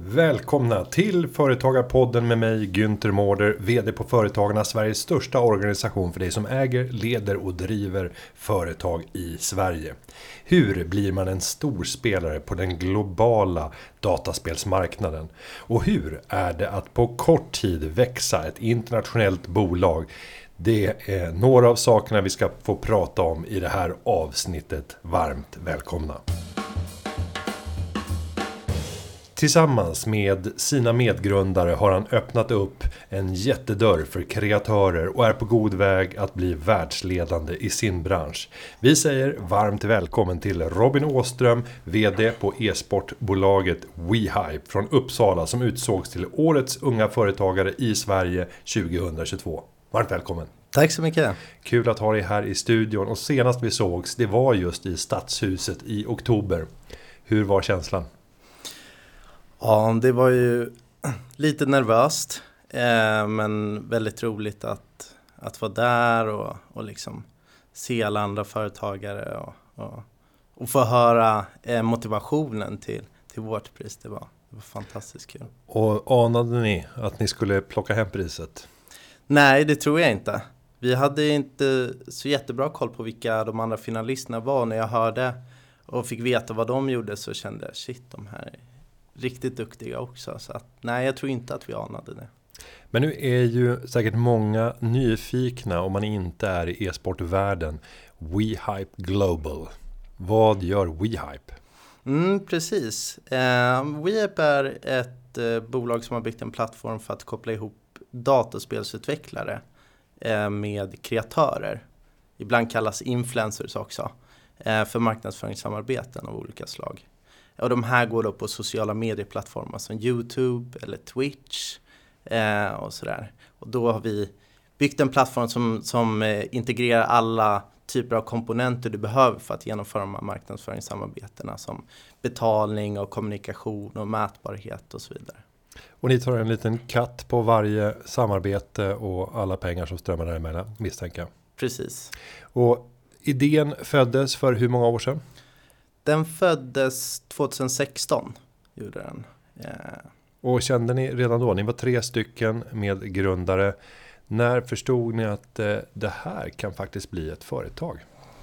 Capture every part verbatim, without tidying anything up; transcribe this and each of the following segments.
Välkomna till Företagarpodden med mig Günther Mårder, vd på Företagarna, Sveriges största organisation för dig som äger, leder och driver företag i Sverige. Hur blir man en stor spelare på den globala dataspelsmarknaden? Och hur är det att på kort tid växa ett internationellt bolag? Det är några av sakerna vi ska få prata om i det här avsnittet. Varmt välkomna! Tillsammans med sina medgrundare har han öppnat upp en jättedörr för kreatörer och är på god väg att bli världsledande i sin bransch. Vi säger varmt välkommen till Robin Åström, vd på e-sportbolaget WeHype från Uppsala som utsågs till årets unga företagare i Sverige tjugohundratjugotvå. Varmt välkommen! Tack så mycket. Kul att ha dig här i studion, och senast vi sågs det var just i Stadshuset i oktober. Hur var känslan? Ja, det var ju lite nervöst, eh, men väldigt roligt att, att vara där och, och liksom se alla andra företagare och, och, och få höra eh, motivationen till, till vårt pris. Det var, det var fantastiskt kul. Och anade ni att ni skulle plocka hem priset? Nej, det tror jag inte. Vi hade inte så jättebra koll på vilka de andra finalisterna var. När jag hörde och fick veta vad de gjorde så kände jag, shit, de här riktigt duktiga också. Så att, nej, jag tror inte att vi anade det. Men nu är ju säkert många nyfikna om man inte är i e-sportvärlden. WeHype Global. Vad gör WeHype? Mm, precis. Eh, WeHype är ett eh, bolag som har byggt en plattform för att koppla ihop dataspelsutvecklare eh, med kreatörer. Ibland kallas influencers också. Eh, för marknadsföringssamarbeten av olika slag. Och de här går då på sociala medieplattformar som YouTube eller Twitch eh, och sådär. Och då har vi byggt en plattform som, som eh, integrerar alla typer av komponenter du behöver för att genomföra de här marknadsföringssamarbetena som betalning och kommunikation och mätbarhet och så vidare. Och ni tar en liten katt på varje samarbete och alla pengar som strömmar däremellan, misstänker jag. Precis. Och idén föddes för hur många år sedan? Den föddes tjugohundrasexton, gjorde den. Yeah. Och kände ni redan då, ni var tre stycken med grundare. När förstod ni att eh, det här kan faktiskt bli ett företag?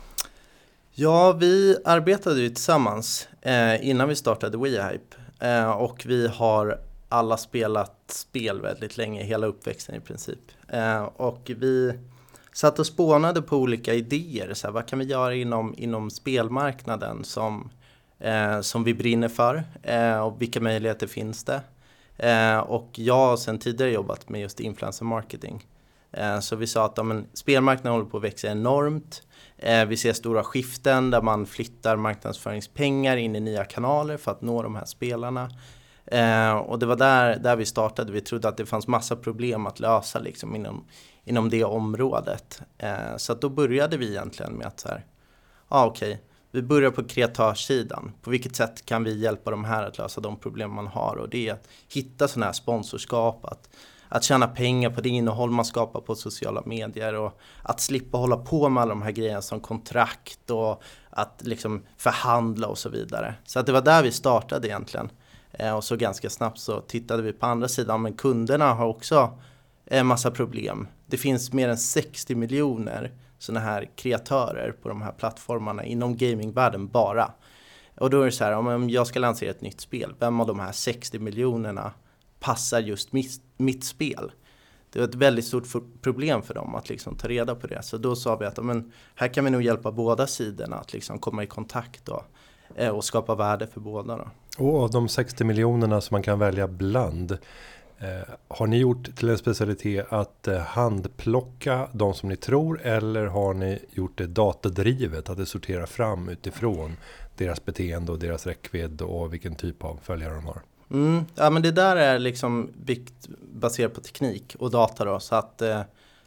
Ja, vi arbetade ju tillsammans eh, innan vi startade WeHype. Eh, och vi har alla spelat spel väldigt länge, hela uppväxten i princip. Eh, och vi satt och spånade på olika idéer. Så här, vad kan vi göra inom, inom spelmarknaden som, eh, som vi brinner för? Eh, och vilka möjligheter finns det? Eh, och jag har sedan tidigare jobbat med just influencer marketing. Eh, så vi sa att ja, men, spelmarknaden håller på att växa enormt. Eh, vi ser stora skiften där man flyttar marknadsföringspengar in i nya kanaler för att nå de här spelarna. Eh, och det var där, där vi startade. Vi trodde att det fanns massa problem att lösa liksom, inom, inom det området. Eh, så att då började vi egentligen med att så här, ah, okej, okay, vi börjar på kreatörssidan. På vilket sätt kan vi hjälpa de här att lösa de problem man har? Och det är att hitta sådana här sponsorskap, att, att tjäna pengar på det innehåll man skapar på sociala medier och att slippa hålla på med alla de här grejerna som kontrakt och att liksom förhandla och så vidare. Så att det var där vi startade egentligen. Och så ganska snabbt så tittade vi på andra sidan, men kunderna har också en massa problem. Det finns mer än sextio miljoner sådana här kreatörer på de här plattformarna inom gamingvärlden bara. Och då är det så här, om jag ska lansera ett nytt spel, vem av de här sextio miljonerna passar just mitt, mitt spel? Det var ett väldigt stort problem för dem att liksom ta reda på det. Så då sa vi att men, här kan vi nog hjälpa båda sidorna att liksom komma i kontakt och, och skapa värde för båda då. Och av de sextio miljonerna som man kan välja bland, eh, har ni gjort till en specialitet att eh, handplocka de som ni tror, eller har ni gjort det datadrivet, att det sorterar fram utifrån deras beteende och deras räckvidd och vilken typ av följare de har? Mm, ja, men det där är liksom byggt baserat på teknik och data då, så att eh,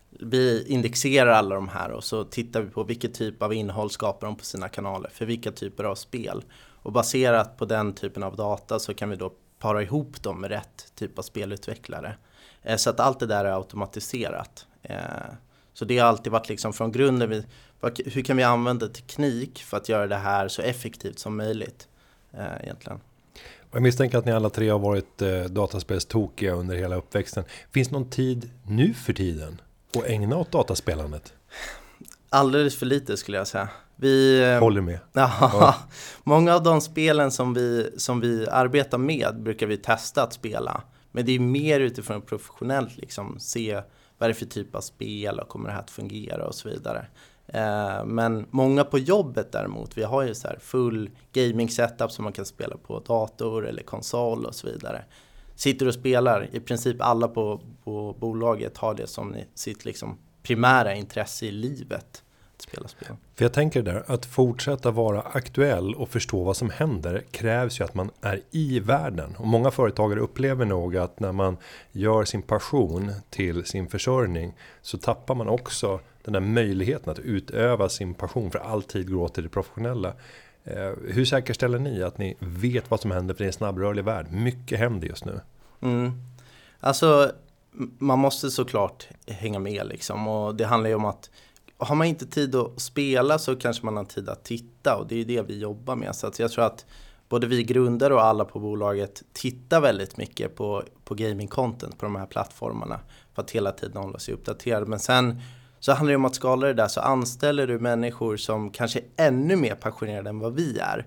vi indexerar alla de här och så tittar vi på vilken typ av innehåll skapar de på sina kanaler för vilka typer av spel. Och baserat på den typen av data så kan vi då para ihop dem med rätt typ av spelutvecklare. Eh, så att allt det där är automatiserat. Eh, så det har alltid varit liksom från grunden, vi, hur kan vi använda teknik för att göra det här så effektivt som möjligt eh, egentligen. Jag misstänker att ni alla tre har varit eh, dataspelstokiga under hela uppväxten. Finns det någon tid nu för tiden att ägna åt dataspelandet? Alldeles för lite skulle jag säga. Vi, Håller med. Ja, Ja. Många av de spelen som vi, som vi arbetar med brukar vi testa att spela. Men det är mer utifrån professionellt liksom, se vad är det för typ av spel och kommer det här att fungera och så vidare. Eh, men många på jobbet däremot, vi har ju så här full gaming setup som man kan spela på dator eller konsol och så vidare. Sitter och spelar, i princip alla på, på bolaget har det som sitt liksom primära intresse i livet. Spela spel. För jag tänker där, att fortsätta vara aktuell och förstå vad som händer krävs ju att man är i världen. Och många företagare upplever nog att när man gör sin passion till sin försörjning så tappar man också den där möjligheten att utöva sin passion för alltid gå till det professionella. Eh, hur säkerställer ni att ni vet vad som händer, för det är en snabbrörlig värld? Mycket händer just nu. Mm. Alltså, man måste såklart hänga med liksom, och det handlar ju om att har man inte tid att spela så kanske man har tid att titta, och det är det vi jobbar med. Så att jag tror att både vi grundare och alla på bolaget tittar väldigt mycket på, på gaming-content på de här plattformarna för att hela tiden hålla sig uppdaterad. Men sen så handlar det om att skala det där, så anställer du människor som kanske är ännu mer passionerade än vad vi är.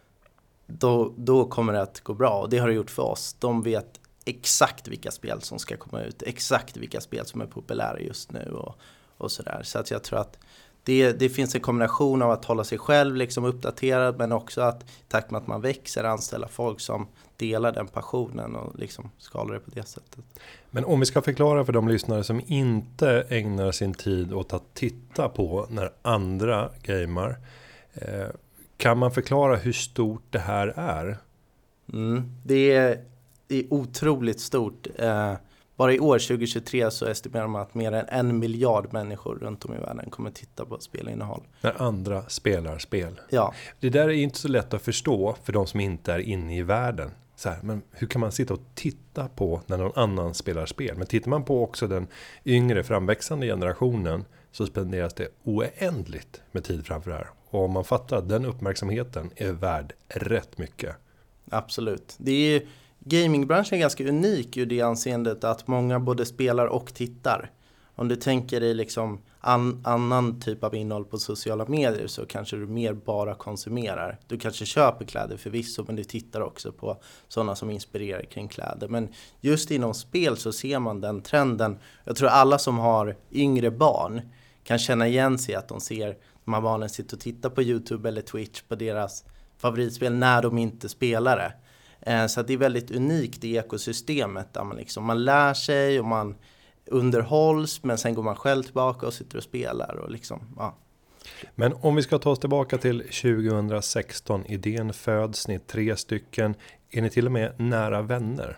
Då, då kommer det att gå bra, och det har det gjort för oss. De vet exakt vilka spel som ska komma ut, exakt vilka spel som är populära just nu och och sådär. Så att jag tror att det, det finns en kombination av att hålla sig själv liksom uppdaterad, men också att i takt med att man växer anställa folk som delar den passionen och liksom skalar det på det sättet. Men om vi ska förklara för de lyssnare som inte ägnar sin tid åt att titta på när andra gamer, eh, kan man förklara hur stort det här är? Mm, det, är, det är otroligt stort. Eh, Bara i år tjugohundratjugotre så estimerar man att mer än en miljard människor runt om i världen kommer titta på spelinnehåll. När andra spelar spel. Ja. Det där är inte så lätt att förstå för de som inte är inne i världen. Så här, men hur kan man sitta och titta på när någon annan spelar spel? Men tittar man på också den yngre framväxande generationen så spenderas det oändligt med tid framför det här. Och om man fattar att den uppmärksamheten är värd rätt mycket. Absolut. Det är ju gamingbranschen är ganska unik ur det anseendet att många både spelar och tittar. Om du tänker dig liksom an, annan typ av innehåll på sociala medier så kanske du mer bara konsumerar. Du kanske köper kläder förvisso, men du tittar också på sådana som inspirerar kring kläder. Men just inom spel så ser man den trenden. Jag tror alla som har yngre barn kan känna igen sig att de ser de här barnen sitta och titta på YouTube eller Twitch på deras favoritspel när de inte spelar det. Så det är väldigt unikt i ekosystemet där man, liksom, man lär sig och man underhålls, men sen går man själv tillbaka och sitter och spelar. Och liksom, ja. Men om vi ska ta oss tillbaka till tjugohundrasexton, idén föds, ni är tre stycken, är ni till och med nära vänner?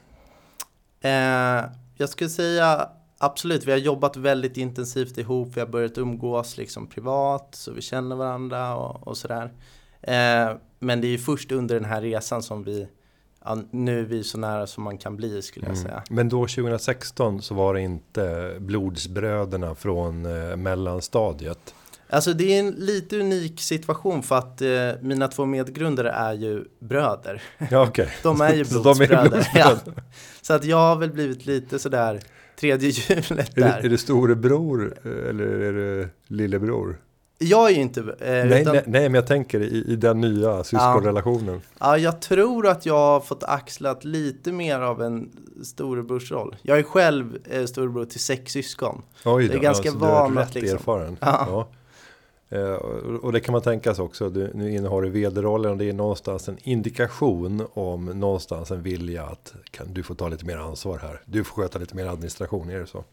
Eh, jag skulle säga absolut, vi har jobbat väldigt intensivt ihop, vi har börjat umgås liksom privat så vi känner varandra och, och sådär. Eh, men det är ju först under den här resan som vi Ja, nu är vi så nära som man kan bli, skulle jag säga. Mm. Men då tjugohundrasexton så var det inte blodsbröderna från eh, mellanstadiet? Alltså det är en lite unik situation för att eh, mina två medgrundare är ju bröder. Ja, okay. De är ju blodsbröder. Ja. Så att jag har väl blivit lite sådär tredje hjulet där. Är det, är det storebror eller är det lillebror? Jag är ju inte... Eh, nej, utan, nej, nej, men jag tänker i, i den nya syskonrelationen. Ja, ja, jag tror att jag har fått axlat lite mer av en storebrorsroll. Jag är själv eh, storebror till sex syskon. Oj då, det är ganska alltså, van du är att rätt liksom... erfaren. Ja. Ja. Eh, och det kan man tänka sig också. Du, nu innehar du vd-rollen och det är någonstans en indikation om någonstans en vilja att kan du få ta lite mer ansvar här. Du får sköta lite mer administration, är det så?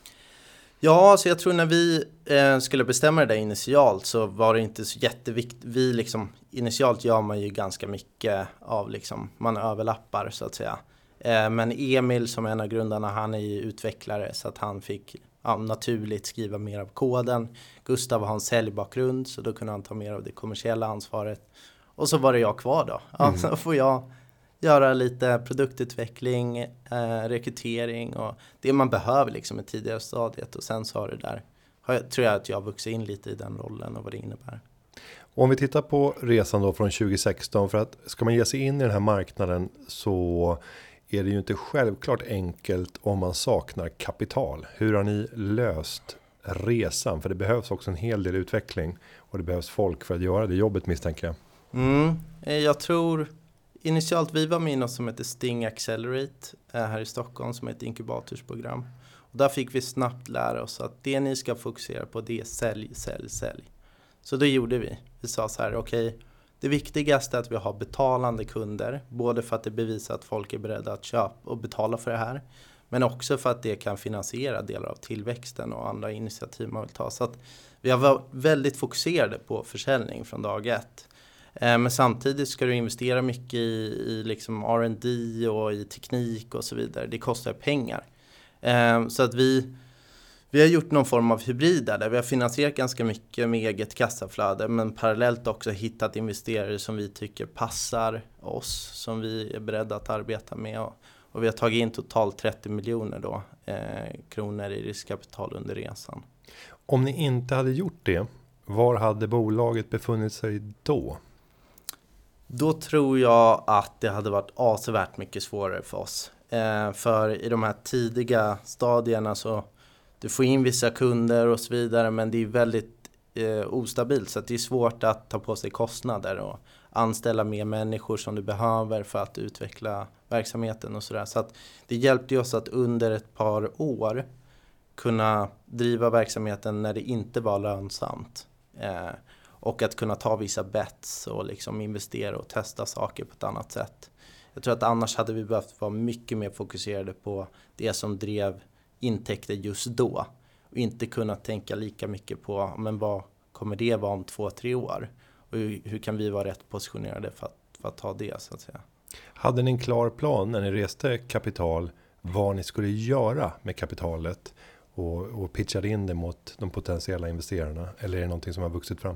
Ja, så jag tror när vi eh, skulle bestämma det där initialt så var det inte så jätteviktigt. Vi liksom, initialt gör man ju ganska mycket av liksom, man överlappar så att säga. Eh, men Emil som är en av grundarna, han är ju utvecklare så att han fick ja, naturligt skriva mer av koden. Gustav har en säljbakgrund så då kunde han ta mer av det kommersiella ansvaret. Och så var det jag kvar då. Ja, mm. Så får jag göra lite produktutveckling, eh, rekrytering och det man behöver liksom i tidigare stadiet. Och sen så har det där, har jag, tror jag att jag har vuxit in lite i den rollen och vad det innebär. Om vi tittar på resan då från tjugo sexton, för att ska man ge sig in i den här marknaden så är det ju inte självklart enkelt om man saknar kapital. Hur har ni löst resan? För det behövs också en hel del utveckling och det behövs folk för att göra det jobbet, misstänker jag. Mm, jag tror initialt vi var med i något som heter Sting Accelerate här i Stockholm, som är ett inkubatorsprogram. Och där fick vi snabbt lära oss att det ni ska fokusera på, det är sälj, sälj, sälj. Så det gjorde vi. Vi sa så här, okej, okay, det viktigaste är att vi har betalande kunder. Både för att det bevisar att folk är beredda att köpa och betala för det här. Men också för att det kan finansiera delar av tillväxten och andra initiativ man vill ta. Så att vi har varit väldigt fokuserade på försäljning från dag ett. Men samtidigt ska du investera mycket i, i liksom R and D och i teknik och så vidare. Det kostar pengar. Så att vi... Vi har gjort någon form av hybrid där vi har finansierat ganska mycket med eget kassaflöde, men parallellt också hittat investerare som vi tycker passar oss, som vi är beredda att arbeta med. Och, och vi har tagit in totalt trettio miljoner då, eh, kronor i riskkapital under resan. Om ni inte hade gjort det, var hade bolaget befunnit sig då? Då tror jag att det hade varit avsevärt mycket svårare för oss. Eh, för i de här tidiga stadierna så du får in vissa kunder och så vidare, men det är väldigt eh, ostabilt, så att det är svårt att ta på sig kostnader och anställa mer människor som du behöver för att utveckla verksamheten och sådär. Så att det hjälpte oss att under ett par år kunna driva verksamheten när det inte var lönsamt. Eh, och att kunna ta vissa bets och liksom investera och testa saker på ett annat sätt. Jag tror att annars hade vi behövt vara mycket mer fokuserade på det som drev intäkter just då och inte kunna tänka lika mycket på men vad kommer det vara om två, tre år och hur, hur kan vi vara rätt positionerade för att, för att ta det, så att säga. Hade ni en klar plan när ni reste kapital vad ni skulle göra med kapitalet och, och pitchade in det mot de potentiella investerarna, eller är det någonting som har vuxit fram?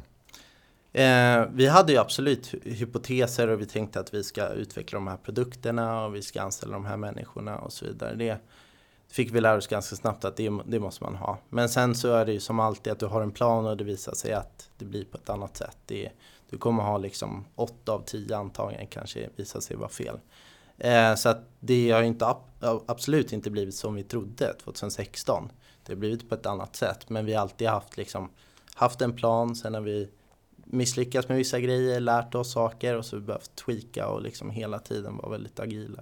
Eh, vi hade ju absolut hypoteser och vi tänkte att vi ska utveckla de här produkterna och vi ska anställa de här människorna och så vidare. Det fick vi lära oss ganska snabbt att det, det måste man ha. Men sen så är det ju som alltid att du har en plan och det visar sig att det blir på ett annat sätt. Det, du kommer ha liksom åtta av tio antaganden kanske visar sig vara fel. Eh, så att det har inte, absolut inte blivit som vi trodde tjugohundrasexton. Det har blivit på ett annat sätt. Men vi har alltid haft, liksom, haft en plan. Sen har vi misslyckats med vissa grejer, lärt oss saker och så har vi behövt tweaka och liksom hela tiden vara väldigt agila.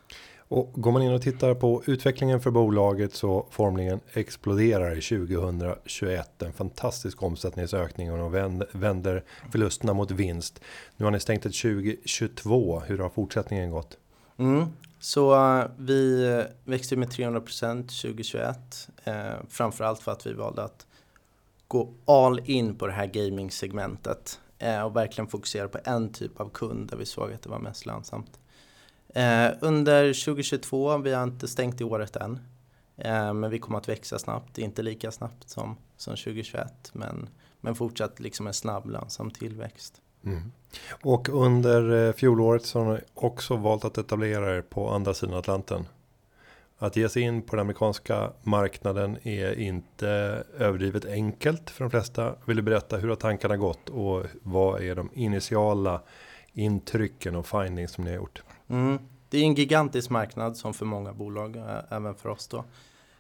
Och går man in och tittar på utvecklingen för bolaget så formligen exploderar i tjugohundratjugoett. En fantastisk omsättningsökning och de vänder förlusterna mot vinst. Nu har ni stängt ett tjugohundratjugotvå. Hur har fortsättningen gått? Mm. Så uh, vi växte med trehundra procent tjugohundratjugoett. Eh, framförallt för att vi valde att gå all in på det här gaming-segmentet. Eh, och verkligen fokusera på en typ av kund där vi såg att det var mest lönsamt. Eh, under tjugohundratjugotvå, vi har inte stängt i året än, eh, men vi kommer att växa snabbt, inte lika snabbt som, som tjugohundratjugoett, men, men fortsatt liksom en snabb lönsam tillväxt. Mm. Och under fjolåret så har ni också valt att etablera er på andra sidan Atlanten. Att ge sig in på den amerikanska marknaden är inte överdrivet enkelt för de flesta. Vill du berätta hur har tankarna gått och vad är de initiala intrycken och findings som ni har gjort? Mm. Det är en gigantisk marknad som för många bolag, även för oss då.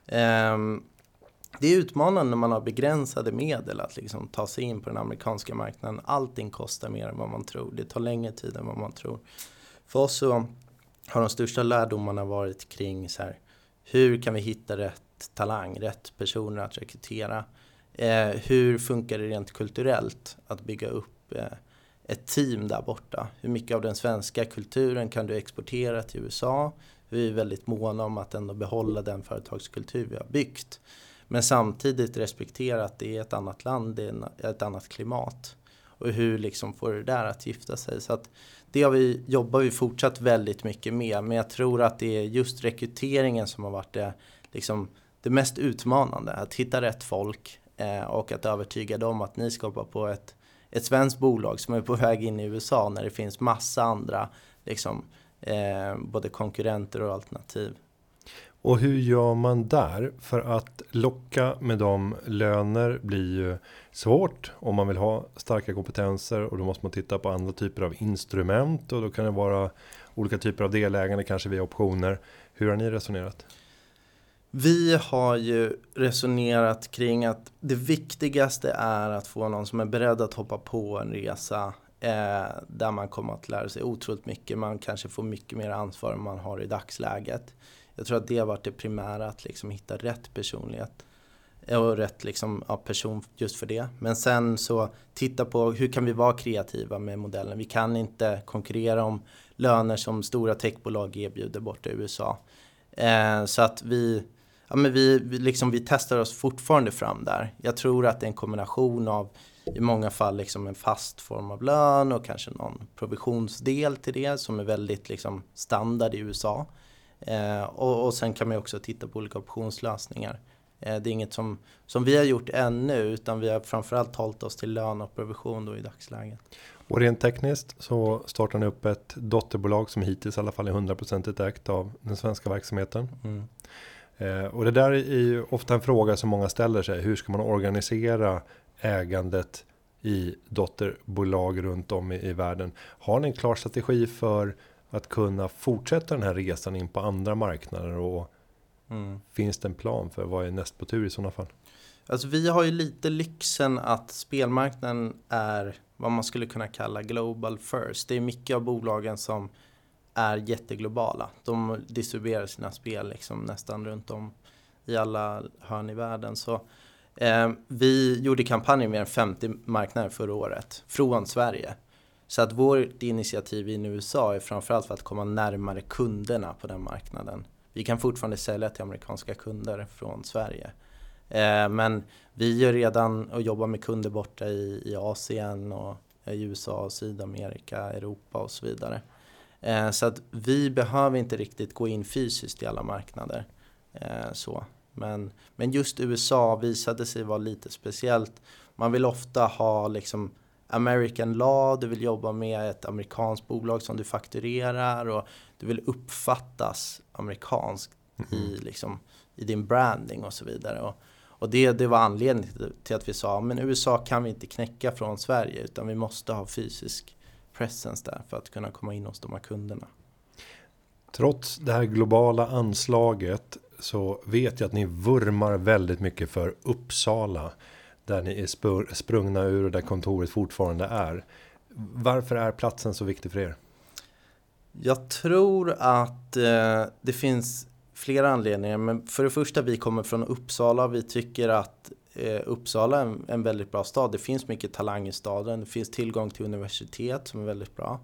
Ehm, det är utmanande när man har begränsade medel att liksom ta sig in på den amerikanska marknaden. Allting kostar mer än vad man tror. Det tar längre tid än vad man tror. För oss så har de största lärdomarna varit kring så här, hur kan vi hitta rätt talang, rätt personer att rekrytera? Eh, hur funkar det rent kulturellt att bygga upp eh, ett team där borta? Hur mycket av den svenska kulturen kan du exportera till U S A? Vi är väldigt måna om att ändå behålla den företagskultur vi har byggt. Men samtidigt respektera att det är ett annat land, det är ett annat klimat. Och hur liksom får det där att gifta sig. Så att det har vi, jobbar vi fortsatt väldigt mycket med. Men jag tror att det är just rekryteringen som har varit det, liksom, det mest utmanande. Att hitta rätt folk eh, och att övertyga dem att ni ska hoppa på ett, ett svenskt bolag som är på väg in i U S A. När det finns massa andra liksom, eh, både konkurrenter och alternativ. Och hur gör man där? För att locka med de löner blir ju svårt om man vill ha starka kompetenser, och då måste man titta på andra typer av instrument, och då kan det vara olika typer av delägande, kanske via optioner. Hur har ni resonerat? Vi har ju resonerat kring att det viktigaste är att få någon som är beredd att hoppa på en resa eh, där man kommer att lära sig otroligt mycket. Man kanske får mycket mer ansvar än man har i dagsläget. Jag tror att det har varit det primära, att liksom hitta rätt personlighet och rätt liksom, ja, person just för det. Men sen så titta på hur kan vi vara kreativa med modellen. Vi kan inte konkurrera om löner som stora techbolag erbjuder borta i U S A. Eh, så att vi, ja, men vi, vi, liksom, vi testar oss fortfarande fram där. Jag tror att det är en kombination av i många fall liksom en fast form av lön och kanske någon provisionsdel till det som är väldigt liksom, standard i U S A. Eh, och, och sen kan man också titta på olika optionslösningar. Eh, det är inget som, som vi har gjort ännu, utan vi har framförallt hållit oss till lön och provision då i dagsläget. Och rent tekniskt så startar ni upp ett dotterbolag som hittills i alla fall är hundra procent ägt av den svenska verksamheten. Mm. Eh, och det där är ju ofta en fråga som många ställer sig. Hur ska man organisera ägandet i dotterbolag runt om i, i världen? Har ni en klar strategi för att kunna fortsätta den här resan in på andra marknader, och mm. finns det en plan för vad är näst på tur i sådana fall? Alltså vi har ju lite lyxen att spelmarknaden är vad man skulle kunna kalla global first. Det är mycket av bolagen som är jätteglobala. De distribuerar sina spel liksom nästan runt om i alla hörn i världen. Så eh, vi gjorde kampanjer med femtio marknader förra året från Sverige. Så att vårt initiativ i U S A är framförallt för att komma närmare kunderna på den marknaden. Vi kan fortfarande sälja till amerikanska kunder från Sverige. Eh, men vi gör redan och jobbar med kunder borta i, i Asien och i U S A, Sydamerika, Europa och så vidare. Eh, så att vi behöver inte riktigt gå in fysiskt i alla marknader. Eh, så. Men, men just U S A visade sig vara lite speciellt. Man vill ofta ha liksom American law, du vill jobba med ett amerikanskt bolag som du fakturerar, och du vill uppfattas amerikanskt mm-hmm. i, liksom, i din branding och så vidare. Och, och det, det var anledningen till att vi sa, men U S A kan vi inte knäcka från Sverige, utan vi måste ha fysisk presence där för att kunna komma in hos de här kunderna. Trots det här globala anslaget så vet jag att ni vurmar väldigt mycket för Uppsala, där ni är spr- sprungna ur och där kontoret fortfarande är. Varför är platsen så viktig för er? Jag tror att eh, det finns flera anledningar. Men för det första, vi kommer från Uppsala. Vi tycker att eh, Uppsala är en, en väldigt bra stad. Det finns mycket talang i staden. Det finns tillgång till universitet som är väldigt bra.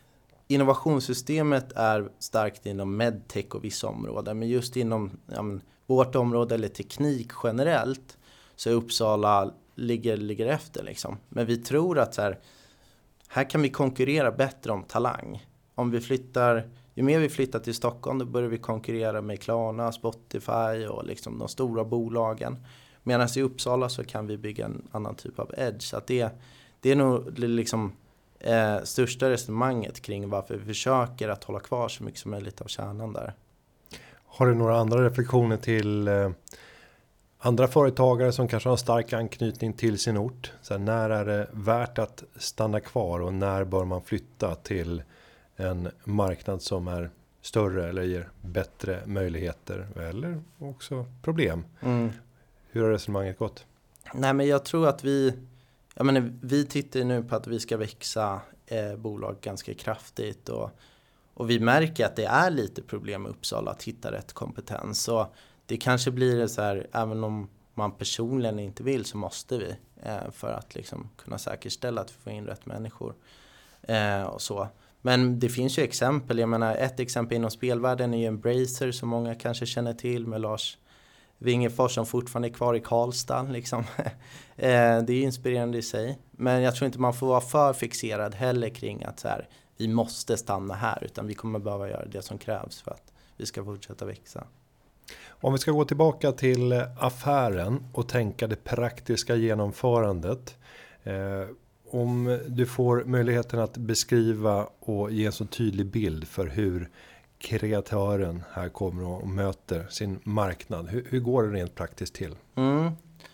Innovationssystemet är starkt inom medtech och vissa områden. Men just inom ja, men, vårt område eller teknik generellt så är Uppsala ligger, ligger efter liksom. Men vi tror att så här, här kan vi konkurrera bättre om talang. Om vi flyttar, ju mer vi flyttar till Stockholm, då börjar vi konkurrera med Klarna, Spotify och liksom de stora bolagen. Medan i Uppsala så kan vi bygga en annan typ av edge. Så att det, det är nog liksom eh, största resonemanget kring varför vi försöker att hålla kvar så mycket som möjligt av kärnan där. Har du några andra reflektioner till eh, andra företagare som kanske har stark anknytning till sin ort? Så här, när är det värt att stanna kvar och när bör man flytta till en marknad som är större eller ger bättre möjligheter eller också problem? Mm. Hur har resonemanget gått? Nej, men jag tror att vi, jag menar, vi tittar nu på att vi ska växa eh, bolag ganska kraftigt och, och vi märker att det är lite problem med Uppsala att hitta rätt kompetens. Så det kanske blir så här, även om man personligen inte vill så måste vi eh, för att liksom kunna säkerställa att vi får in rätt människor eh, och så. Men det finns ju exempel, jag menar ett exempel inom spelvärlden är ju Embracer som många kanske känner till med Lars Wingefors som fortfarande är kvar i Karlstad liksom. Det är inspirerande i sig. Men jag tror inte man får vara för fixerad heller kring att så här, vi måste stanna här, utan vi kommer behöva göra det som krävs för att vi ska fortsätta växa. Om vi ska gå tillbaka till affären och tänka det praktiska genomförandet. Eh, om du får möjligheten att beskriva och ge en så tydlig bild för hur kreatören här kommer och möter sin marknad. Hur, hur går det rent praktiskt till? Mm.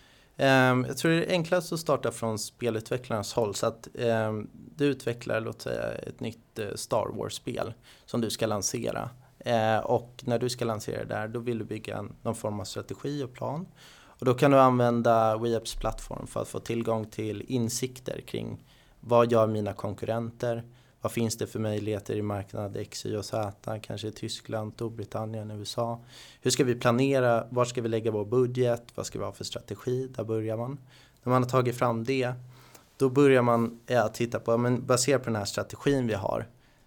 Um, jag tror det är enklast att starta från spelutvecklarnas håll. Så att um, du utvecklar, låt säga, ett nytt uh, Star Wars-spel som du ska lansera. Uh, och när du ska lansera det där, då vill du bygga en, någon form av strategi och plan. Och då kan du använda WeHypes plattform för att få tillgång till insikter kring vad gör mina konkurrenter? Vad finns det för möjligheter i marknad X, Y och Z? Kanske i Tyskland, Storbritannien, U S A. Hur ska vi planera? Var ska vi lägga vår budget? Vad ska vi ha för strategi? Där börjar man. När man har tagit fram det, då börjar man ja, titta på, men baserat på den här strategin vi har,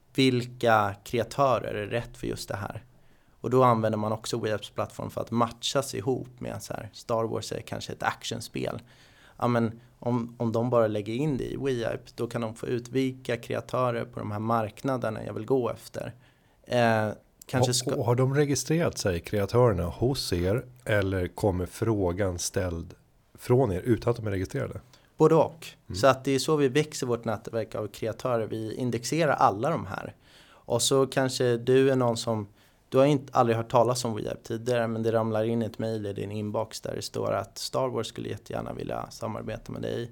vilka kreatörer är rätt för just det här? Och då använder man också WeHypes plattform för att matchas ihop med så här, Star Wars är kanske ett actionspel. Ja, men om, om de bara lägger in det i WeHype, då kan de få ut vilka kreatörer på de här marknaderna jag vill gå efter. Eh, kanske ska... och, och har de registrerat sig, kreatörerna, hos er, eller kommer frågan ställd från er utan att de är registrerade? Både och. Mm. Så att det är så vi växer vårt nätverk av kreatörer. Vi indexerar alla de här. Och så kanske du är någon som, du har inte, aldrig hört talas om WeHype tidigare, men det ramlar in ett mejl i din inbox där det står att Star Wars skulle jättegärna vilja samarbeta med dig.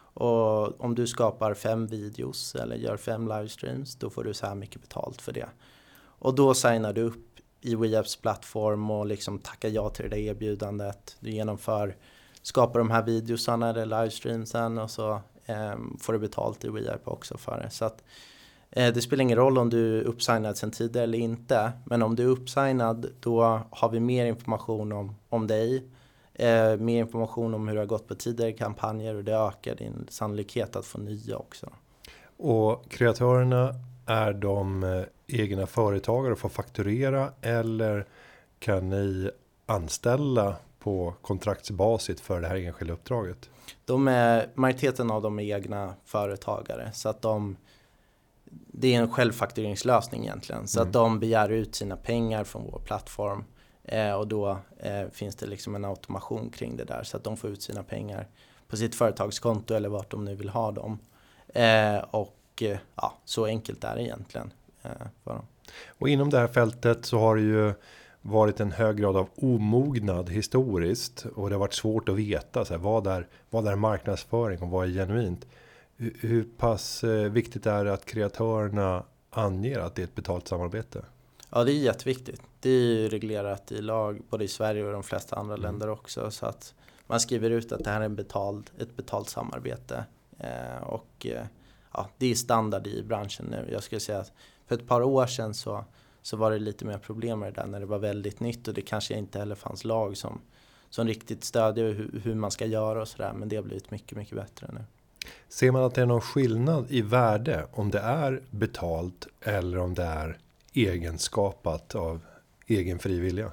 Och om du skapar fem videos eller gör fem livestreams, då får du så här mycket betalt för det. Och då signar du upp i WeHypes plattform och liksom tackar ja till det erbjudandet. Du genomför, skapar de här videosarna eller livestreamsen och så eh, får du betalt i WeHype också för det. Så att eh, det spelar ingen roll om du är uppsignad sedan tidigare eller inte. Men om du är uppsignad, då har vi mer information om, om dig. Eh, mer information om hur det har gått på tidigare kampanjer, och det ökar din sannolikhet att få nya också. Och kreatörerna, är de eh, egna företagare och får fakturera, eller kan ni anställa på kontraktsbasis för det här enskilda uppdraget? De är, majoriteten av dem är egna företagare, så att de, det är en självfaktureringslösning egentligen. Så mm. att de begär ut sina pengar från vår plattform. Eh, och då eh, finns det liksom en automation kring det där, så att de får ut sina pengar på sitt företagskonto eller vart de nu vill ha dem. Eh, och eh, ja, så enkelt är det egentligen eh, för dem. Och inom det här fältet så har det ju varit en hög grad av omognad historiskt, och det har varit svårt att veta så här, vad, är, vad är marknadsföring och vad är genuint. Hur, hur pass eh, viktigt är det att kreatörerna anger att det är ett betalt samarbete? Ja, det är jätteviktigt. Det är ju reglerat i lag både i Sverige och de flesta andra mm. länder också. Så att man skriver ut att det här är en betald, ett betalt samarbete. Eh, och eh, ja, det är standard i branschen nu. Jag skulle säga att för ett par år sedan så, så var det lite mer problem med det där när det var väldigt nytt. Och det kanske inte heller fanns lag som, som riktigt stödjer hur, hur man ska göra och sådär. Men det har blivit mycket, mycket bättre nu. Ser man att det är någon skillnad i värde om det är betalt eller om det är egenskapat av egen frivilliga?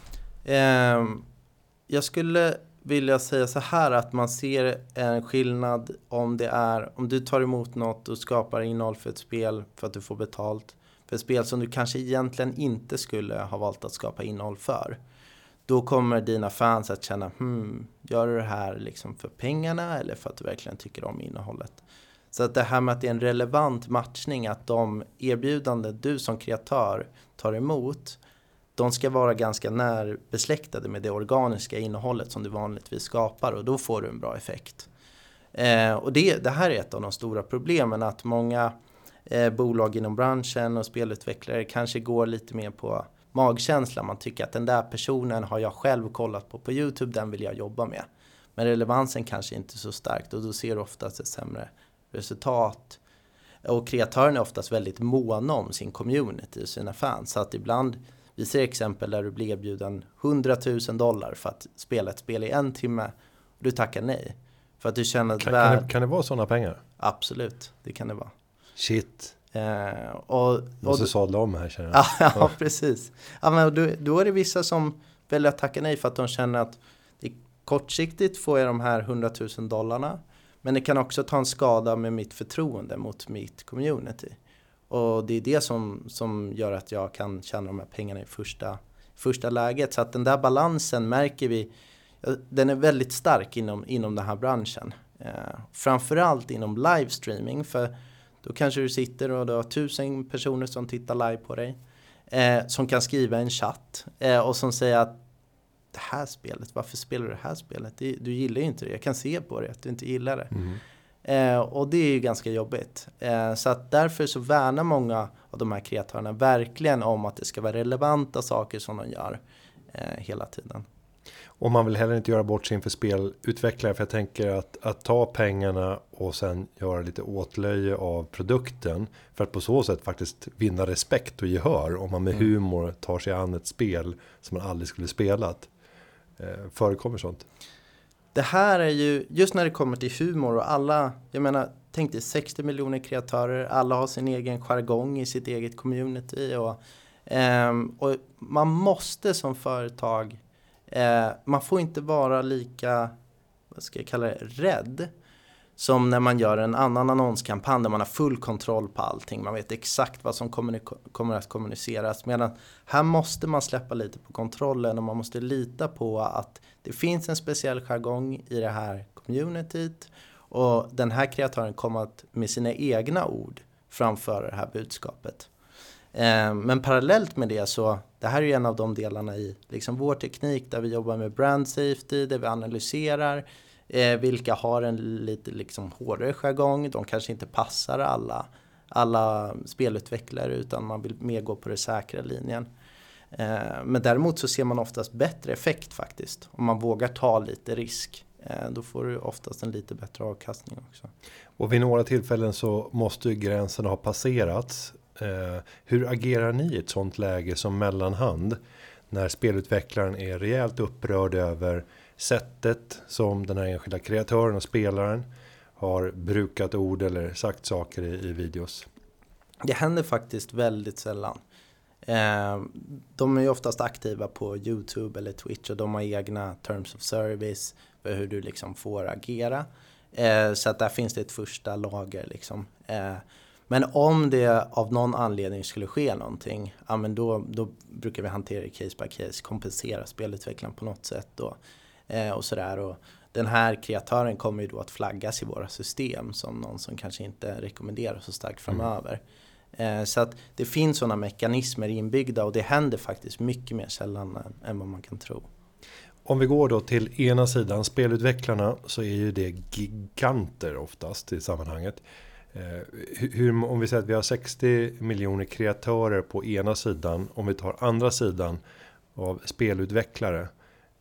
Eh, jag skulle vilja säga så här, att man ser en skillnad om det är, om du tar emot något och skapar innehåll för ett spel för att du får betalt för ett spel som du kanske egentligen inte skulle ha valt att skapa innehåll för. Då kommer dina fans att känna, hmm, gör du det här liksom för pengarna eller för att du verkligen tycker om innehållet? Så att det här med att det är en relevant matchning, att de erbjudanden du som kreatör tar emot, de ska vara ganska närbesläktade med det organiska innehållet som du vanligtvis skapar, och då får du en bra effekt. Eh, och det, det här är ett av de stora problemen, att många eh, bolag inom branschen och spelutvecklare kanske går lite mer på magkänsla. Man tycker att den där personen har jag själv kollat på på YouTube, den vill jag jobba med. Men relevansen kanske inte är så starkt, och då ser du oftast ett sämre resultat. Och kreatören är oftast väldigt måna om sin community och sina fans. Så att ibland, vi ser exempel där du blir erbjuden hundratusen dollar för att spela ett spel i en timme och du tackar nej. För att du känner att kan, vär... kan, det, kan det vara sådana pengar? Absolut, det kan det vara. Shit. Eh, och, och, måste och, sadla om här, känner jag. ja, ja, precis. Ja, men då, då är det vissa som väljer att tacka nej för att de känner att det kortsiktigt får jag de här hundratusen dollarna. Men det kan också ta en skada med mitt förtroende mot mitt community. Och det är det som, som gör att jag kan tjäna de här pengarna i första, första läget. Så att den där balansen märker vi, den är väldigt stark inom, inom den här branschen. Eh, framförallt inom livestreaming, för då kanske du sitter och du har tusen personer som tittar live på dig. eh, som kan skriva en chatt eh, och som säger att det här spelet, varför spelar du det här spelet? Det, du gillar ju inte det, jag kan se på det att du inte gillar det. Mm. Eh, och det är ju ganska jobbigt. Eh, så att därför så värnar många av de här kreatörerna verkligen om att det ska vara relevanta saker som de gör eh, hela tiden. Och man vill heller inte göra bort sig inför spelutvecklare, för jag tänker att, att ta pengarna och sen göra lite åtlöje av produkten för att på så sätt faktiskt vinna respekt och gehör om man med mm. humor tar sig an ett spel som man aldrig skulle spelat. Eh, förekommer sånt? Det här är ju, just när det kommer till humor och alla, jag menar, tänk dig sextio miljoner kreatörer, alla har sin egen jargong i sitt eget community och, eh, och man måste som företag, eh, man får inte vara lika, vad ska jag kalla det, rädd som när man gör en annan annonskampanj där man har full kontroll på allting. Man vet exakt vad som kommer, kommer att kommuniceras. Medan här måste man släppa lite på kontrollen och man måste lita på att det finns en speciell jargong i det här communityt. Och den här kreatören kommer att med sina egna ord framföra det här budskapet. Eh, men parallellt med det så, det här är ju en av de delarna i liksom vår teknik där vi jobbar med brand safety, där vi analyserar Eh, vilka har en lite liksom hårdare jargong. De kanske inte passar alla, alla spelutvecklare utan man vill mer gå på den säkra linjen. Eh, men däremot så ser man oftast bättre effekt faktiskt. Om man vågar ta lite risk. Eh, då får du oftast en lite bättre avkastning också. Och vid några tillfällen så måste ju gränsen ha passerats. Eh, hur agerar ni i ett sånt läge som mellanhand? När spelutvecklaren är rejält upprörd över sättet som den här enskilda kreatören och spelaren har brukat ord eller sagt saker i, i videos. Det händer faktiskt väldigt sällan. Eh, de är ju oftast aktiva på YouTube eller Twitch och de har egna terms of service för hur du liksom får agera. Eh, så att där finns det ett första lager liksom. Eh, men om det av någon anledning skulle ske någonting, ja, men då, då brukar vi hantera case by case, kompensera spelutvecklaren på något sätt då. Eh, och sådär. Och den här kreatören kommer ju då att flaggas i våra system som någon som kanske inte rekommenderar så starkt framöver. Mm. Eh, så att det finns sådana mekanismer inbyggda och det händer faktiskt mycket mer sällan än, än vad man kan tro. Om vi går då till ena sidan, spelutvecklarna, så är ju det giganter oftast i sammanhanget. Eh, hur, om vi säger att vi har sextio miljoner kreatörer på ena sidan, om vi tar andra sidan av spelutvecklare,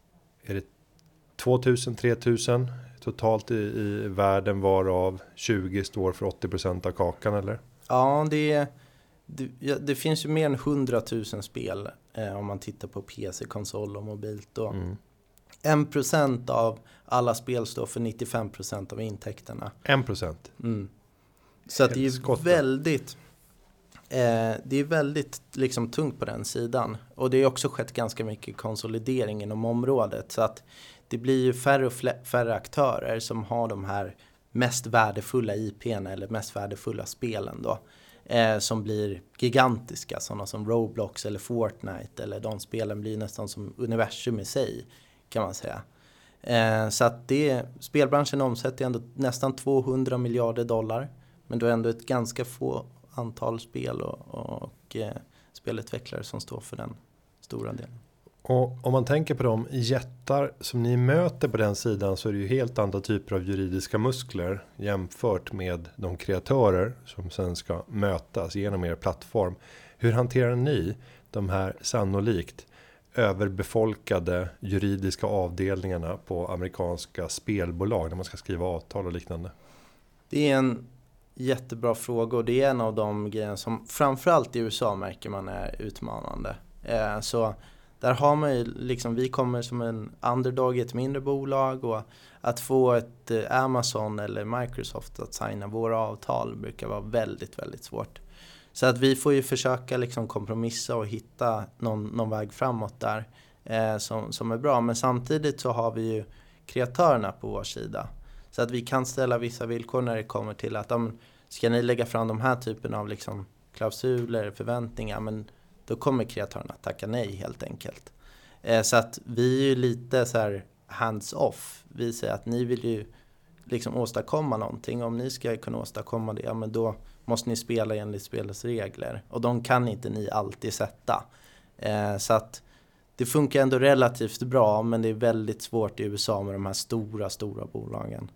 är det tvåtusen till tretusen totalt i, i världen, varav tjugo står för åttio procent av kakan, eller? Ja, det, det, det finns ju mer än hundratusen spel eh, om man tittar på P C, konsol och mobilt då. Mm. en procent av alla spel står för nittiofem procent av intäkterna. en procent? Mm. Så att det är väldigt eh, det är väldigt liksom tungt på den sidan. Och det har också skett ganska mycket konsolidering inom området. Så att det blir ju färre och färre aktörer som har de här mest värdefulla I P:na eller mest värdefulla spelen då. Eh, som blir gigantiska, sådana som Roblox eller Fortnite. Eller de spelen blir nästan som universum i sig, kan man säga. Eh, så att det, spelbranschen omsätter ändå nästan tvåhundra miljarder dollar. Men då är ändå ett ganska få antal spel och, och eh, spelutvecklare som står för den stora delen. Och om man tänker på de jättar som ni möter på den sidan, så är det ju helt andra typer av juridiska muskler jämfört med de kreatörer som sen ska mötas genom er plattform. Hur hanterar ni de här sannolikt överbefolkade juridiska avdelningarna på amerikanska spelbolag när man ska skriva avtal och liknande? Det är en jättebra fråga och det är en av de grejerna som framförallt i U S A märker man är utmanande. Eh, så där har man ju liksom, vi kommer som en underdog i ett mindre bolag och att få ett eh, Amazon eller Microsoft att signa våra avtal brukar vara väldigt, väldigt svårt. Så att vi får ju försöka liksom kompromissa och hitta någon, någon väg framåt där eh, som, som är bra. Men samtidigt så har vi ju kreatörerna på vår sida. Så att vi kan ställa vissa villkor när det kommer till att om, ska ni lägga fram de här typen av liksom klausuler, förväntningar, men då kommer kreatörerna tacka nej helt enkelt. Eh, så att vi är ju lite så här hands off. Vi säger att ni vill ju liksom åstadkomma någonting. Om ni ska kunna åstadkomma det, ja, men då måste ni spela enligt spelets regler. Och de kan inte ni alltid sätta. Eh, så att det funkar ändå relativt bra, men det är väldigt svårt i U S A med de här stora, stora bolagen.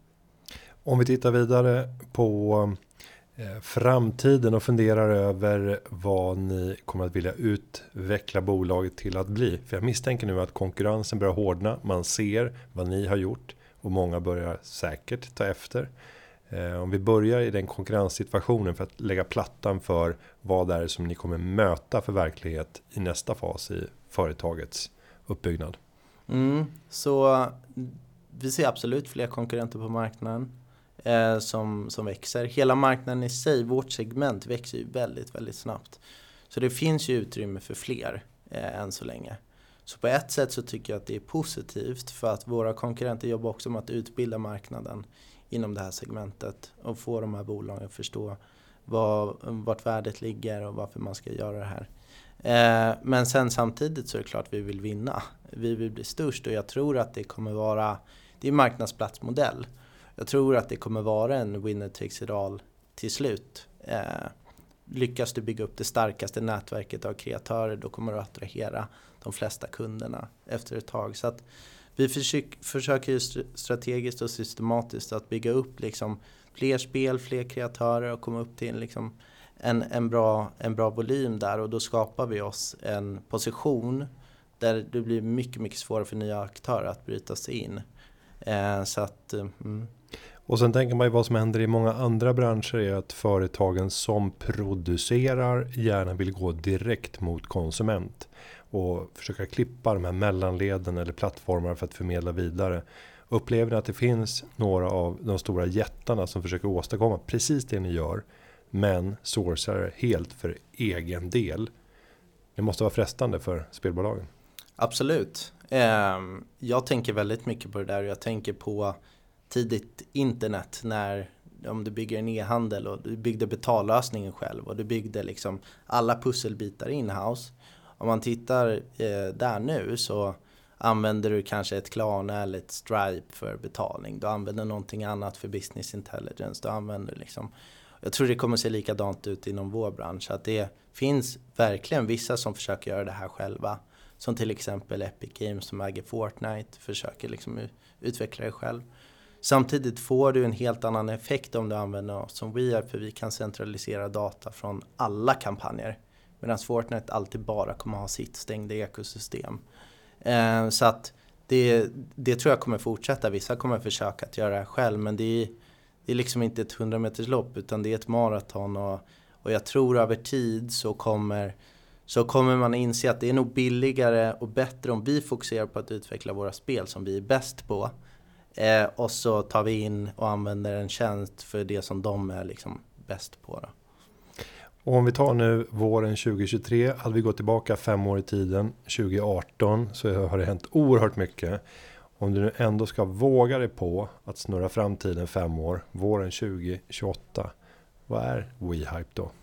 Om vi tittar vidare på eh, framtiden och funderar över vad ni kommer att vilja utveckla bolaget till att bli. För jag misstänker nu att konkurrensen börjar hårdna. Man ser vad ni har gjort och många börjar säkert ta efter. Eh, om vi börjar i den konkurrenssituationen för att lägga plattan för vad det är som ni kommer möta för verklighet i nästa fas i företagets uppbyggnad. Mm, så vi ser absolut fler konkurrenter på marknaden eh, som, som växer. Hela marknaden i sig, vårt segment, växer ju väldigt, väldigt snabbt. Så det finns ju utrymme för fler eh, än så länge. Så på ett sätt så tycker jag att det är positivt för att våra konkurrenter jobbar också med att utbilda marknaden inom det här segmentet och få de här bolagen att förstå vad, vart värdet ligger och varför man ska göra det här. Eh, men sen samtidigt så är det klart att vi vill vinna. Vi vill bli störst och jag tror att det kommer vara, det är marknadsplatsmodell. Jag tror att det kommer vara en winner takes it all till slut. Eh, lyckas du bygga upp det starkaste nätverket av kreatörer, då kommer du att attrahera de flesta kunderna efter ett tag. Så att vi försöker, försöker strategiskt och systematiskt att bygga upp liksom fler spel, fler kreatörer och komma upp till liksom en, en, bra, en bra volym där. Och då skapar vi oss en position där det blir mycket, mycket svårare för nya aktörer att bryta sig in. Eh, så att... Mm. Och sen tänker man ju vad som händer i många andra branscher är att företagen som producerar gärna vill gå direkt mot konsument och försöka klippa de här mellanleden eller plattformar för att förmedla vidare. Upplever ni att det finns några av de stora jättarna som försöker åstadkomma precis det ni gör, men sourcar helt för egen del? Det måste vara frestande för spelbolagen. Absolut. Jag tänker väldigt mycket på det där. Jag tänker på tidigt internet när om du bygger en e-handel och du byggde betallösningen själv och du byggde liksom alla pusselbitar in-house. Om man tittar eh, där nu så använder du kanske ett Klarna eller ett Stripe för betalning. Du använder någonting annat för business intelligence. Du använder liksom, jag tror det kommer se likadant ut inom vår bransch. Att det finns verkligen vissa som försöker göra det här själva. Som till exempel Epic Games som äger Fortnite försöker liksom utveckla det själv. Samtidigt får du en helt annan effekt om du använder oss som vi är, för vi kan centralisera data från alla kampanjer. Medan Fortnite alltid bara kommer ha sitt stängda ekosystem. Eh, så att det, det tror jag kommer fortsätta. Vissa kommer försöka att göra det själv, men det är, det är liksom inte ett hundra meters lopp utan det är ett maraton. Och, och jag tror över tid så kommer, så kommer man inse att det är nog billigare och bättre om vi fokuserar på att utveckla våra spel som vi är bäst på. Eh, och så tar vi in och använder en tjänst för det som de är liksom bäst på. Då. Och om vi tar nu våren tjugo tjugotre, hade vi gått tillbaka fem år i tiden, tjugo arton, så har det hänt oerhört mycket. Om du nu ändå ska våga dig på att snurra fram tiden fem år, våren tjugo tjugoåtta, vad är WeHype då?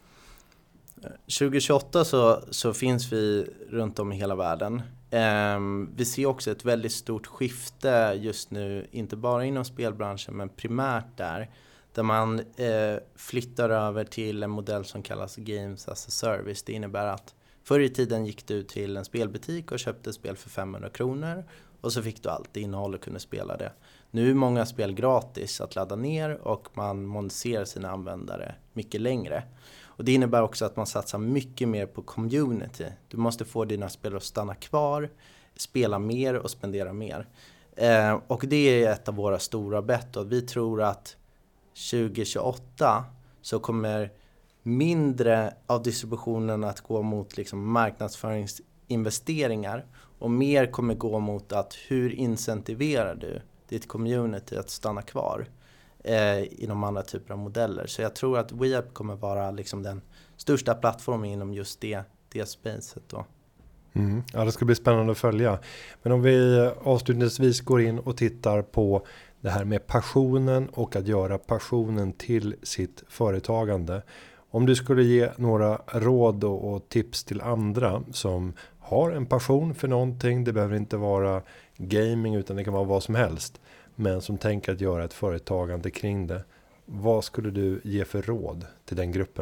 tjugo tjugoåtta så, så finns vi runt om i hela världen. Eh, vi ser också ett väldigt stort skifte just nu, inte bara inom spelbranschen men primärt där. Där man eh, flyttar över till en modell som kallas Games as a Service. Det innebär att förr i tiden gick du till en spelbutik och köpte spel för femhundra kronor. Och så fick du allt innehåll och kunde spela det. Nu är många spel gratis att ladda ner och man monetiserar sina användare mycket längre. Och det innebär också att man satsar mycket mer på community. Du måste få dina spelare att stanna kvar, spela mer och spendera mer. Eh, och det är ett av våra stora bett. Och vi tror att tjugo tjugoåtta så kommer mindre av distributionen att gå mot liksom marknadsföringsinvesteringar och mer kommer gå mot att hur incentiverar du ditt community att stanna kvar eh, inom andra typer av modeller. Så jag tror att WeHype kommer vara liksom den största plattformen inom just det, det spacet då. Mm. Ja, det ska bli spännande att följa. Men om vi avslutningsvis går in och tittar på det här med passionen och att göra passionen till sitt företagande. Om du skulle ge några råd och tips till andra som har en passion för någonting, det behöver inte vara gaming utan det kan vara vad som helst. men som tänker att göra ett företagande kring det. Vad skulle du ge för råd till den gruppen?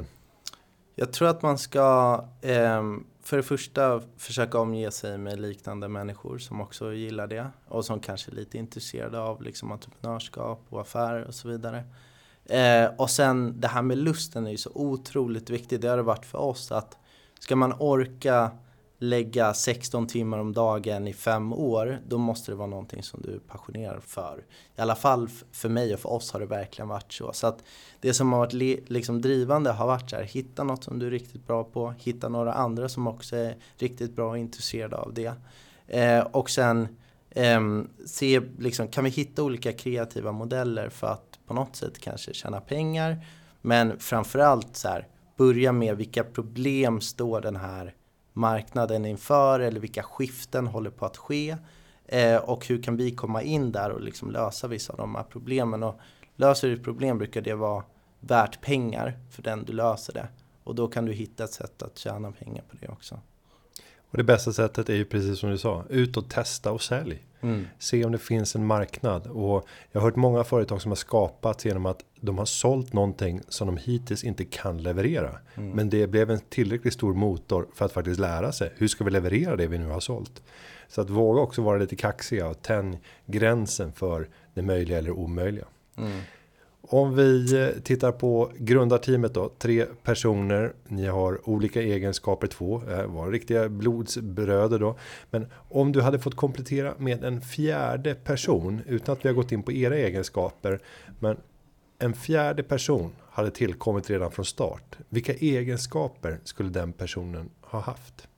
Jag tror att man ska eh, för det första försöka omge sig med liknande människor som också gillar det. Och som kanske är lite intresserade av liksom, entreprenörskap och affärer och så vidare. Eh, och sen det här med lusten är ju så otroligt viktigt. Det har det varit för oss att ska man orka lägga sexton timmar om dagen i fem år, då måste det vara någonting som du är passionerad för. I alla fall för mig och för oss har det verkligen varit så. Så att det som har varit le- liksom drivande har varit så här, hitta något som du är riktigt bra på, hitta några andra som också är riktigt bra och intresserade av det. Eh, och sen eh, se, liksom, kan vi hitta olika kreativa modeller för att på något sätt kanske tjäna pengar, men framförallt så här, börja med vilka problem står den här marknaden inför eller vilka skiften håller på att ske eh, och hur kan vi komma in där och liksom lösa vissa av de här problemen. Och löser du ett problem brukar det vara värt pengar för den du löser det, och då kan du hitta ett sätt att tjäna pengar på det också. Och det bästa sättet är ju precis som du sa, ut och testa och sälj. Mm. Se om det finns en marknad. Och jag har hört många företag som har skapats genom att de har sålt någonting som de hittills inte kan leverera. Mm. Men det blev en tillräckligt stor motor för att faktiskt lära sig. Hur ska vi leverera det vi nu har sålt? Så att våga också vara lite kaxiga och tänj gränsen för det möjliga eller omöjliga. Mm. Om vi tittar på grundarteamet då, tre personer, ni har olika egenskaper, två, var riktiga blodsbröder då. Men om du hade fått komplettera med en fjärde person, utan att vi har gått in på era egenskaper, men en fjärde person hade tillkommit redan från start. Vilka egenskaper skulle den personen ha haft?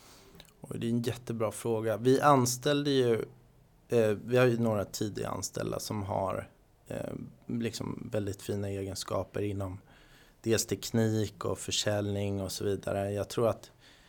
Och det är en jättebra fråga. Vi anställde ju, eh, vi har ju några tidiga anställda som har Eh, liksom väldigt fina egenskaper inom dels teknik och försäljning och så vidare. Jag tror att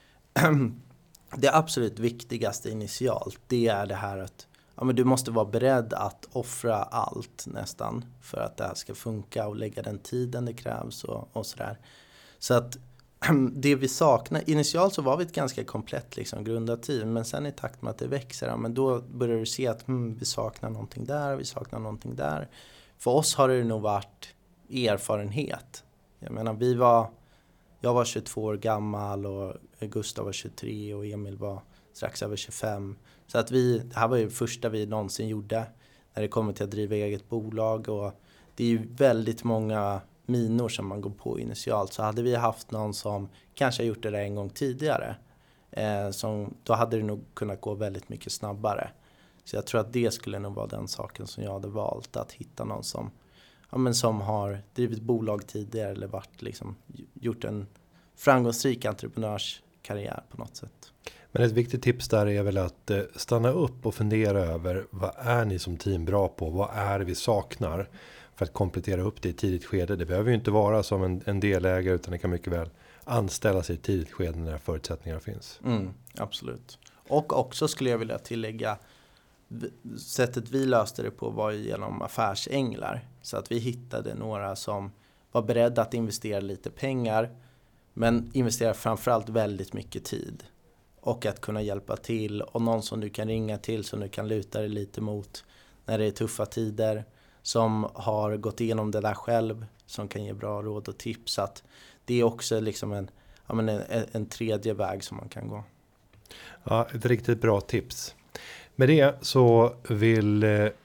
det absolut viktigaste initialt, det är det här att ja, men du måste vara beredd att offra allt nästan för att det här ska funka och lägga den tiden det krävs och, och sådär. Så att det vi saknar, initialt så var vi ett ganska komplett liksom, grundat team, men sen i takt med att det växer, ja, men då börjar du se att hmm, vi saknar någonting där, vi saknar någonting där. För oss har det nog varit erfarenhet. Jag menar, vi var, jag var tjugotvå år gammal och Gustav var tjugotre och Emil var strax över tjugofem. Så att vi, det här var ju det första vi någonsin gjorde när det kommer till att driva eget bolag, och det är ju väldigt många minor som man går på initialt. Så hade vi haft någon som kanske har gjort det där en gång tidigare, eh, som, då hade det nog kunnat gå väldigt mycket snabbare. Så jag tror att det skulle nog vara den saken som jag hade valt, att hitta någon som, ja, men som har drivit bolag tidigare eller varit, liksom, gjort en framgångsrik entreprenörskarriär på något sätt. Men ett viktigt tips där är väl att eh, stanna upp och fundera över, vad är ni som team bra på? Vad är det vi saknar? För att komplettera upp det i tidigt skede. Det behöver ju inte vara som en, en delägare, utan det kan mycket väl anställa sig i tidigt skede när förutsättningar finns. Mm, absolut. Och också skulle jag vilja tillägga, sättet vi löste det på var genom affärsänglar. Så att vi hittade några som var beredda att investera lite pengar, men investera framförallt väldigt mycket tid. Och att kunna hjälpa till, och någon som du kan ringa till som du kan luta dig lite mot när det är tuffa tider, som har gått igenom det där själv, som kan ge bra råd och tips. Att det är också liksom en, ja, men en, en tredje väg som man kan gå. Ja, ett riktigt bra tips. Med det så vill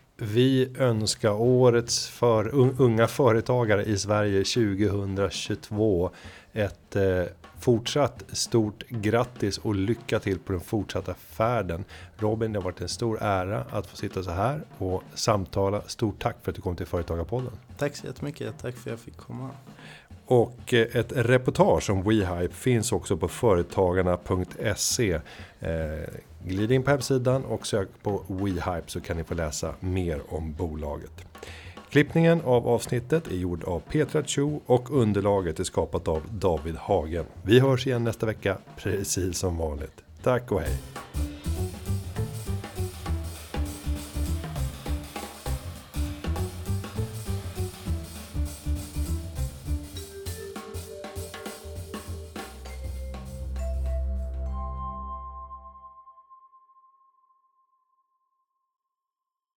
vi önska årets för unga företagare i Sverige tjugohundratjugotvå ett eh, fortsatt stort grattis och lycka till på den fortsatta färden. Robin, det har varit en stor ära att få sitta så här och samtala. Stort tack för att du kom till Företagarpodden. Tack så jättemycket, tack för att jag fick komma. Och ett reportage om WeHype finns också på företagarna punkt se. Eh, glid in på hemsidan och sök på WeHype så kan ni få läsa mer om bolaget. Klippningen av avsnittet är gjord av Petra Cho och underlaget är skapat av David Hagen. Vi hörs igen nästa vecka, precis som vanligt. Tack och hej!